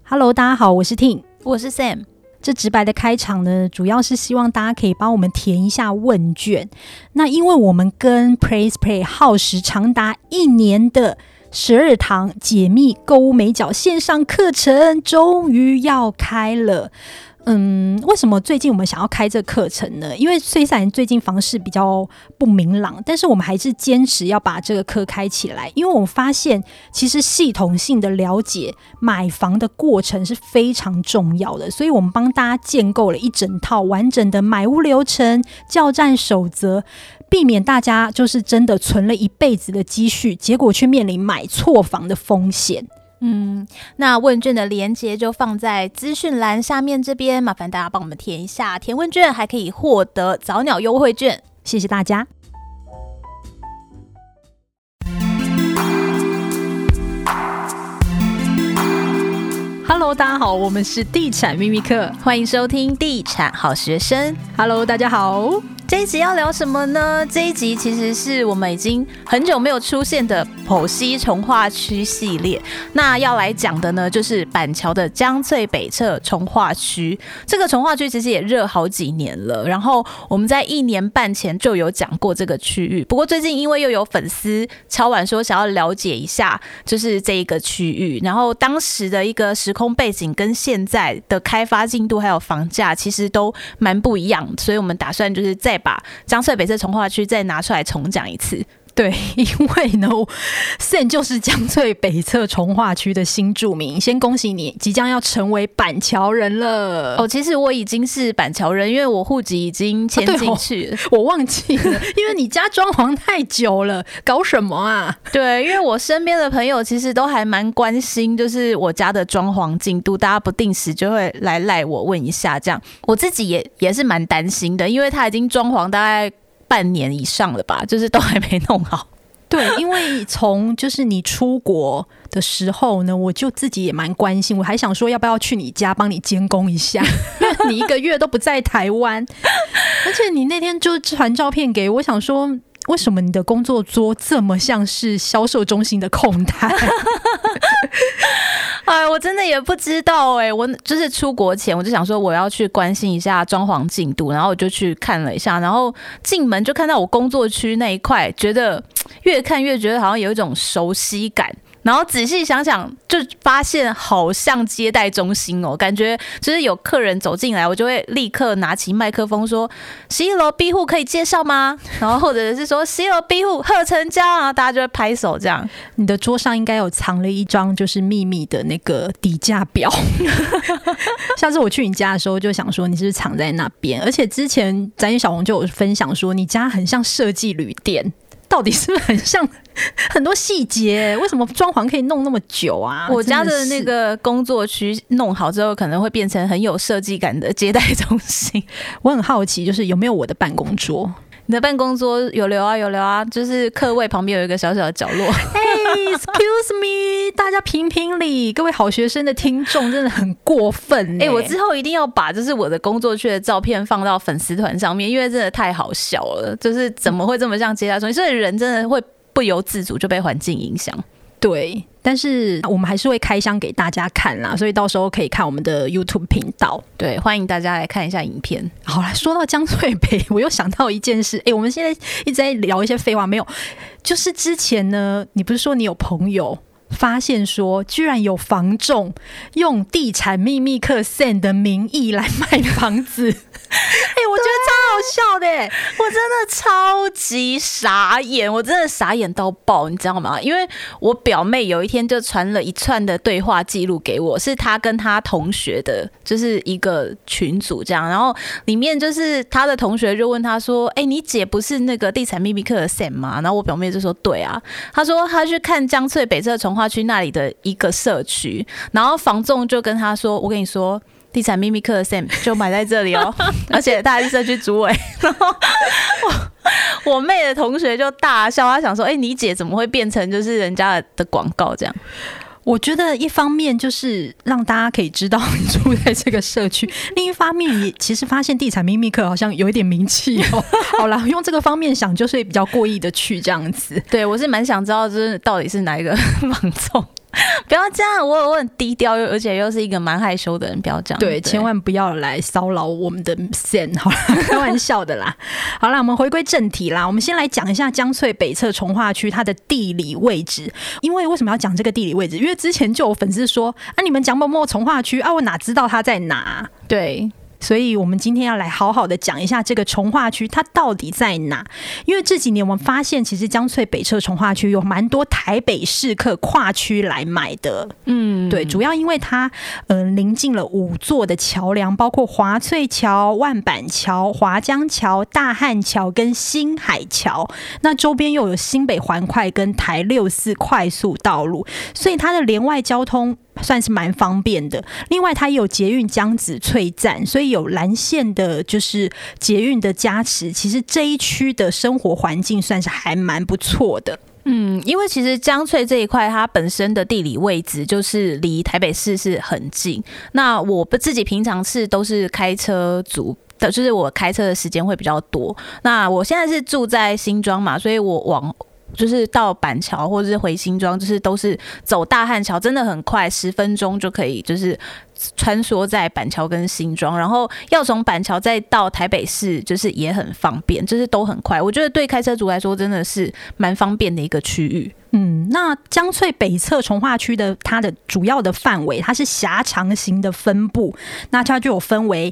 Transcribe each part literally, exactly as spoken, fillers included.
Hello， 大家好，我是 Ting， 我是 Sam。 这直白的开场呢，主要是希望大家可以帮我们填一下问卷。那因为我们跟 PraisePlay 耗时长达一年的十二堂解密购物美角线上课程，终于要开了。嗯，为什么最近我们想要开这课程呢？因为虽然最近房市比较不明朗，但是我们还是坚持要把这个课开起来，因为我们发现其实系统性的了解买房的过程是非常重要的，所以我们帮大家建构了一整套完整的买屋流程、教战守则，避免大家就是真的存了一辈子的积蓄，结果却面临买错房的风险。 嗯，那问卷的连结就放在资讯栏下面这边，麻烦大家帮我们填一下。填问卷还可以获得早鸟优惠券， 谢谢大家。Hello， 大家好，我们是地产秘密课， 欢迎收听地产好学生。 Hello， 大家好。 这一集要聊什么呢？这一集其实是我们已经很久没有出现的剖析重划区系列。那要来讲的呢，就是板桥的江翠北侧重划区。这个重划区其实也热好几年了，然后我们在一年半前就有讲过这个区域。不过最近因为又有粉丝敲碗说想要了解一下，就是这一个区域，然后当时的一个时空背景跟现在的开发进度还有房价其实都蛮不一样，所以我们打算就是再把江翠北侧重划区再拿出来重讲一次。 对，因为呢 Sam 就是江翠北侧重划区的新住民，先恭喜你即将要成为板桥人了。 哦，其实我已经是板桥人，因为我户籍已经迁进去了、啊哦、我忘记了因为你家装潢太久了，搞什么啊？ 对，因为我身边的朋友其实都还蛮关心就是我家的装潢进度，大家不定时就会来赖我问一下，这样我自己也也是蛮担心的，因为他已经装潢大概半年以上了吧，就是都还没弄好。 对，因为从就是你出国的时候呢，我就自己也蛮关心，我还想说要不要去你家帮你监工一下，因为你一个月都不在台湾，而且你那天就传照片给我，我想说为什么你的工作桌这么像是销售中心的控台？ 哎，我真的也不知道哎、欸，我就是出国前我就想说我要去关心一下装潢进度，然后我就去看了一下，然后进门就看到我工作区那一块，觉得越看越觉得好像有一种熟悉感。然后仔细想想就发现好像接待中心哦，感觉就是有客人走进来我就会立刻拿起麦克风说十一楼 B 户可以介绍吗？然后或者是说十一楼 B 户贺成交，然后大家就会拍手这样。 你的桌上应该有藏了一张就是秘密的那个底价表下次我去你家的时候就想说你是不是藏在那边，而且之前展演小红就有分享说你家很像设计旅店，到底是不是很像很多细节？为什么装潢可以弄那么久啊？ 我家的那个工作区弄好之后可能会变成很有设计感的接待中心。 我很好奇就是有没有我的办公桌？ 你的办公桌有留啊有留啊，就是客位旁边有一个小小的角落。 Hey, excuse me， 大家评评理，各位好学生的听众真的很过分哎、欸！ 我之后一定要把就是我的工作区的照片放到粉丝团上面，因为真的太好笑了，就是怎么会这么像接待中心？所以人真的会不由自主就被环境影响。 对，但是我们还是会开箱给大家看啦，所以到时候可以看我们的 YouTube 频道。 对，欢迎大家来看一下影片。 好啦，说到江翠北，我又想到一件事。哎，我们现在一直在聊一些废话，没有？就是之前呢，你不是说你有朋友发现说，居然有房仲用地产秘密课 Sam 的名义来卖房子。哎、欸，我觉得超好笑的、欸， 我真的超级傻眼，我真的傻眼到爆，你知道吗？因为我表妹有一天就传了一串的对话记录给我，是她跟她同学的，就是一个群组这样，然后里面就是她的同学就问她说：“哎、欸，你姐不是那个地产秘密课的 Sam 吗？”然后我表妹就说：“对啊。”她说她去看江翠北侧重划区那里的一个社区，然后房仲就跟她说：“我跟你说。”地产秘密课的 Sam 就买在这里哦，而且他还是社区主委。然后我我妹的同学就大笑，她想说：“哎、欸，你姐怎么会变成就是人家的广告这样？” 我觉得一方面就是让大家可以知道你住在这个社区，另一方面也其实发现地产秘密课好像有一点名气哦。好啦，用这个方面想就是比较过意的去这样子。 对，我是蛮想知道就是到底是哪一个房仲。 不要这样，我我很低调，而且又是一个蛮害羞的人，不要这样。 对，千万不要来骚扰我们的线，好啦，开玩笑的啦。好啦，我们回归正题啦，我们先来讲一下江翠北侧重划区它的地理位置。因为为什么要讲这个地理位置？因为之前就有粉丝说啊，你们讲某某重划区啊，我哪知道它在哪？ 对。 所以我们今天要来好好的讲一下这个重划区它到底在哪。因为这几年我们发现其实江翠北侧重划区有蛮多台北市客跨区来买的。嗯，对，主要因为它呃临近了五座的桥梁，包括华翠桥、万板桥、华江桥、大汉桥跟新海桥，那周边又有新北环快跟台六四快速道路，所以它的连外交通算是蛮方便的。另外它也有捷运江子翠站，所以有蓝线的就是捷运的加持，其实这一区的生活环境算是还蛮不错的。 嗯，因为其实江翠这一块它本身的地理位置就是离台北市是很近，那我自己平常是都是开车族，就是我开车的时间会比较多。那我现在是住在新庄嘛，所以我往就是到板桥或者是回新庄，就是都是走大汉桥，真的很快，十分钟就可以就是穿梭在板桥跟新庄，然后要从板桥再到台北市，就是也很方便，就是都很快。我觉得对开车族来说真的是蛮方便的一个区域。 嗯，那江翠北侧重划区的它的主要的范围，它是狭长型的分布，那它就有分为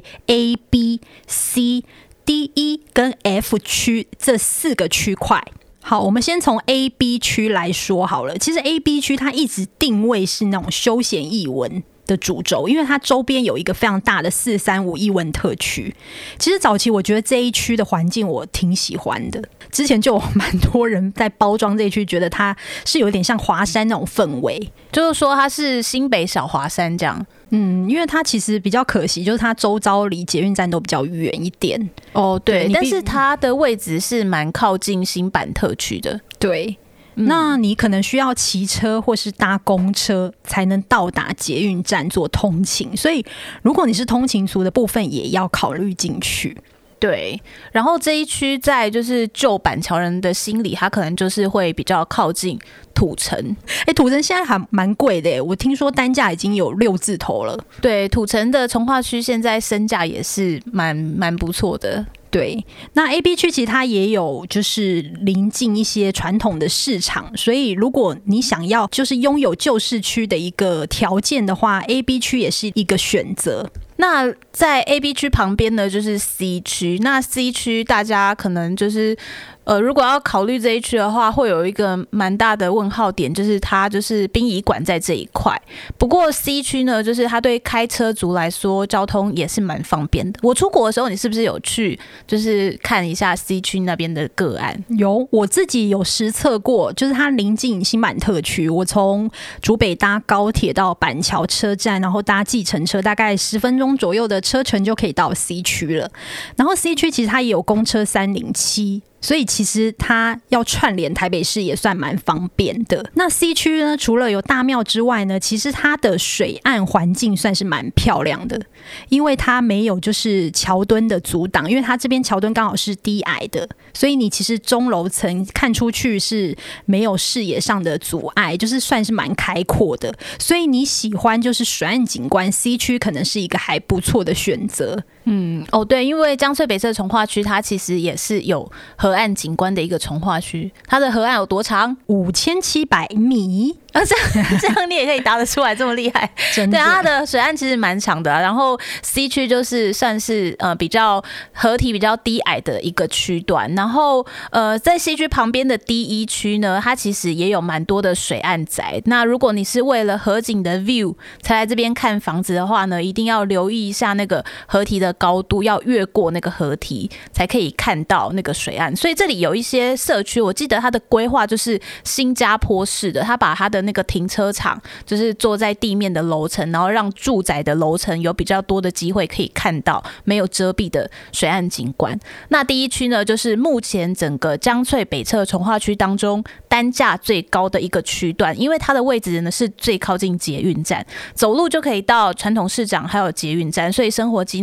A、B、C、D、E 跟 F 区这四个区块。好，我们先从 A、B 区来说好了。其实 A、B 区它一直定位是那种休闲艺文的主轴，因为它周边有一个非常大的四三五艺文特区。其实早期我觉得这一区的环境我挺喜欢的，之前就有蛮多人在包装这一区，觉得它是有点像华山那种氛围， 就是说它是新北小华山这样。 嗯，因为它其实比较可惜，就是它周遭离捷运站都比较远一点。 哦，对，但是它的位置是蛮靠近新板特区的。 对。那你可能需要骑车或是搭公车才能到达捷运站做通勤，所以如果你是通勤族的部分也要考虑进去。 对，然后这一区在就是旧板桥人的心里，它可能就是会比较靠近土城。 哎，土城现在还蛮贵的耶，我听说单价已经有六字头了。 对，土城的重划区现在身价也是蛮蛮不错的。 对，那 A、B 区其实它也有就是临近一些传统的市场，所以如果你想要就是拥有旧市区的一个条件的话， A、B 区也是一个选择。 那在 A、B 区旁边呢，就是 C 区。那 C 区大家可能就是呃，如果要考虑这一区的话，会有一个蛮大的问号点，就是它就是殡仪馆在这一块。不过 C 区呢，就是它对开车族来说，交通也是蛮方便的。我出国的时候，你是不是有去就是看一下 C 区那边的个案？ 有，我自己有实测过，就是它临近新板特区，我从竹北搭高铁到板桥车站，然后搭计程车，大概十分钟左右的车程就可以到 C 区了。然后 C 区其实它也有公车三零七。所以其实它要串联台北市也算蛮方便的。那 C 区呢，除了有大庙之外呢，其实它的水岸环境算是蛮漂亮的，因为它没有就是桥墩的阻挡，因为它这边桥墩刚好是低矮的，所以你其实中楼层看出去是没有视野上的阻碍，就是算是蛮开阔的。所以你喜欢就是水岸景观， C 区可能是一个还不错的选择。 嗯，哦对，因为江翠北侧重划区它其实也是有河岸景观的一个重划区，它的河岸有多长？ 五千七百米。 啊，这样这样你也可以答得出来，这么厉害， 真的。 对，它的水岸其实蛮长的、啊，然后 C 区就是算是呃比较河体比较低矮的一个区段，然后呃在 C 区旁边的 D 一 区呢，它其实也有蛮多的水岸宅。那如果你是为了河景的 view 才来这边看房子的话呢，一定要留意一下那个河体的高度，要越过那个河体才可以看到那个水岸。所以这里有一些社区，我记得它的规划就是新加坡式的，它把它的那个停车场就是坐在地面的楼层，然后让住宅的楼层有比较多的机会可以看到没有遮蔽的水岸景观。那第一区呢，就是目前整个江翠北侧重划区当中单价最高的一个区段，因为它的位置呢是最靠近捷运站，走路就可以到传统市场还有捷运站，所以生活机能其实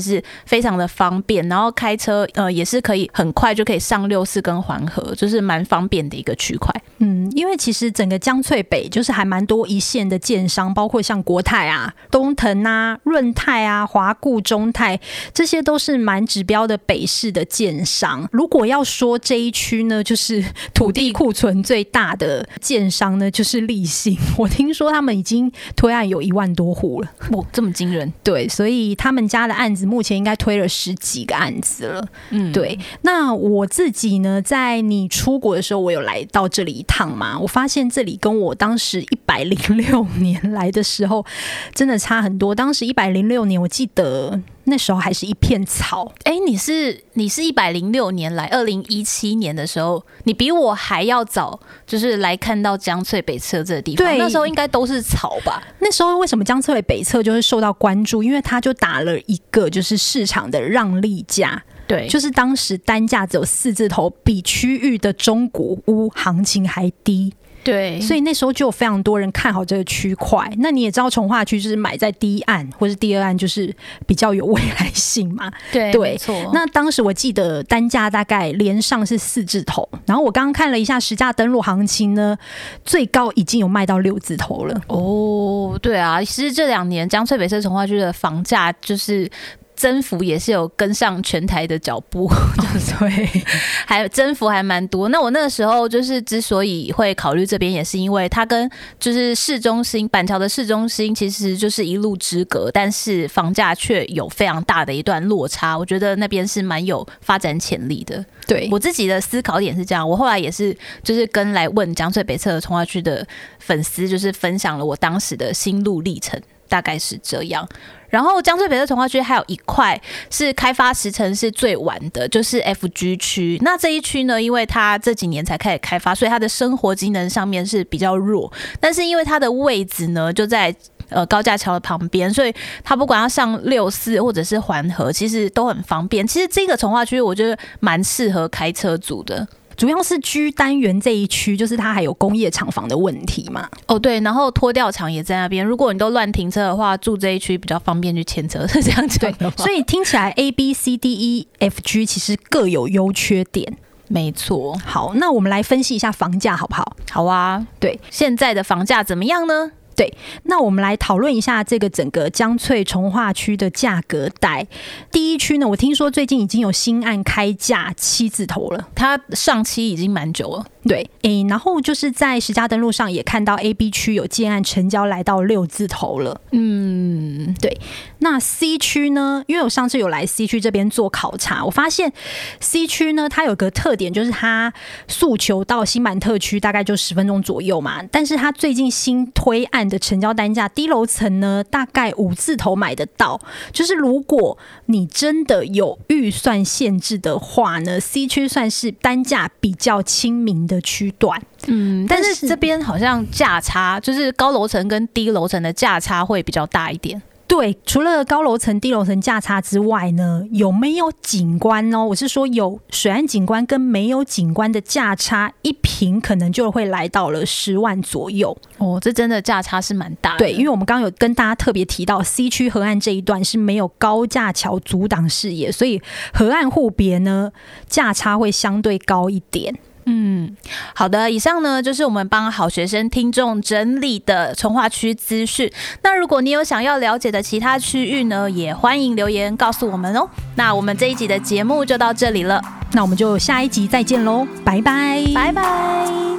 是非常的方便，然后开车呃也是可以很快就可以上六四跟环河，就是蛮方便的一个区块。 嗯，因为其实整个江翠北就是还蛮多一线的建商，包括像国泰啊、东腾啊、润泰啊、华固、中泰，这些都是蛮指标的北市的建商。如果要说这一区呢，就是土地库存最大的建商呢，就是立信。我听说他们已经推案有一万多户了， 哇，这么惊人！ 对，所以他们家的案子目前应该推了十几个案子了。嗯，对。那我自己呢，在你出国的时候，我有来到这里一趟嘛，我发现这里跟我当时一百零六年来的时候真的差很多。当时一百零六年，我记得那时候还是一片草。 哎、欸，你是你是一百零六年来，二零一七年的时候，你比我还要早，就是来看到江翠北侧这个地方。 对， 那时候应该都是草吧？ 那时候为什么江翠北侧就是受到关注？因为他就打了一个就是市场的让利价。 对， 就是当时单价只有四字头，比区域的中古屋行情还低。 对， 所以那时候就有非常多人看好这个区块。那你也知道，从化区就是买在第一案或是第二案，就是比较有未来性嘛。 对， 对， 没错。 那当时我记得单价大概连上是四字头，然后我刚刚看了一下实价登录行情呢，最高已经有卖到六字头了。 哦，对啊，其实这两年江翠北侧从化区的房价就是增幅也是有跟上全台的脚步， 对， 还增幅还蛮多。那我那个时候就是之所以会考虑这边，也是因为它跟就是市中心板桥的市中心其实就是一路之隔，但是房价却有非常大的一段落差。我觉得那边是蛮有发展潜力的。 对， 我自己的思考点是这样，我后来也是就是跟来问江翠北侧的从化区的粉丝，就是分享了我当时的心路历程。大概是这样，然后江翠北侧从化区还有一块是开发时程是最晚的，就是 F G 区。那这一区呢，因为它这几年才开始开发，所以它的生活机能上面是比较弱。但是因为它的位置呢就在呃高架桥的旁边，所以它不管要上六四或者是环河，其实都很方便。其实这个从化区我觉得蛮适合开车族的。 主要是居单元这一区，就是它还有工业厂房的问题嘛。 哦，对，然后拖吊场也在那边。如果你都乱停车的话，住这一区比较方便去牵车，是这样讲的吗？ 对，所以听起来 A B C D E F G 其实各有优缺点。 没错。 好，那我们来分析一下房价好不好？ 好啊。 对， 现在的房价怎么样呢？ 对，那我们来讨论一下这个整个江翠从化区的价格带。第一区呢，我听说最近已经有新案开价七字头了， 它上期已经蛮久了。 对，诶，然后就是在实价登录上也看到 A B 区有建案成交来到六字头了。嗯，对。那 C 区呢？因为我上次有来 C 区这边做考察，我发现 C 区呢，它有个特点，就是它诉求到新版特区大概就十分钟左右嘛，但是它最近新推案的成交单价，低楼层呢大概五字头买得到。就是如果你真的有预算限制的话呢 ，C 区算是单价比较亲民的区段。 嗯，但是这边好像价差，就是高楼层跟低楼层的价差会比较大一点。 对，除了高楼层、低楼层价差之外呢，有没有景观呢？我是说有水岸景观跟没有景观的价差，一坪可能就会来到了十万左右。 哦，这真的价差是蛮大的。 对，因为我们刚刚有跟大家特别提到 C 区河岸这一段是没有高架桥阻挡视野，所以河岸户别呢价差会相对高一点。 嗯，好的，以上呢就是我们帮好学生听众整理的从化区资讯。那如果你有想要了解的其他区域呢，也欢迎留言告诉我们哦。那我们这一集的节目就到这里了， 那我们就下一集再见喽，拜拜， 拜拜。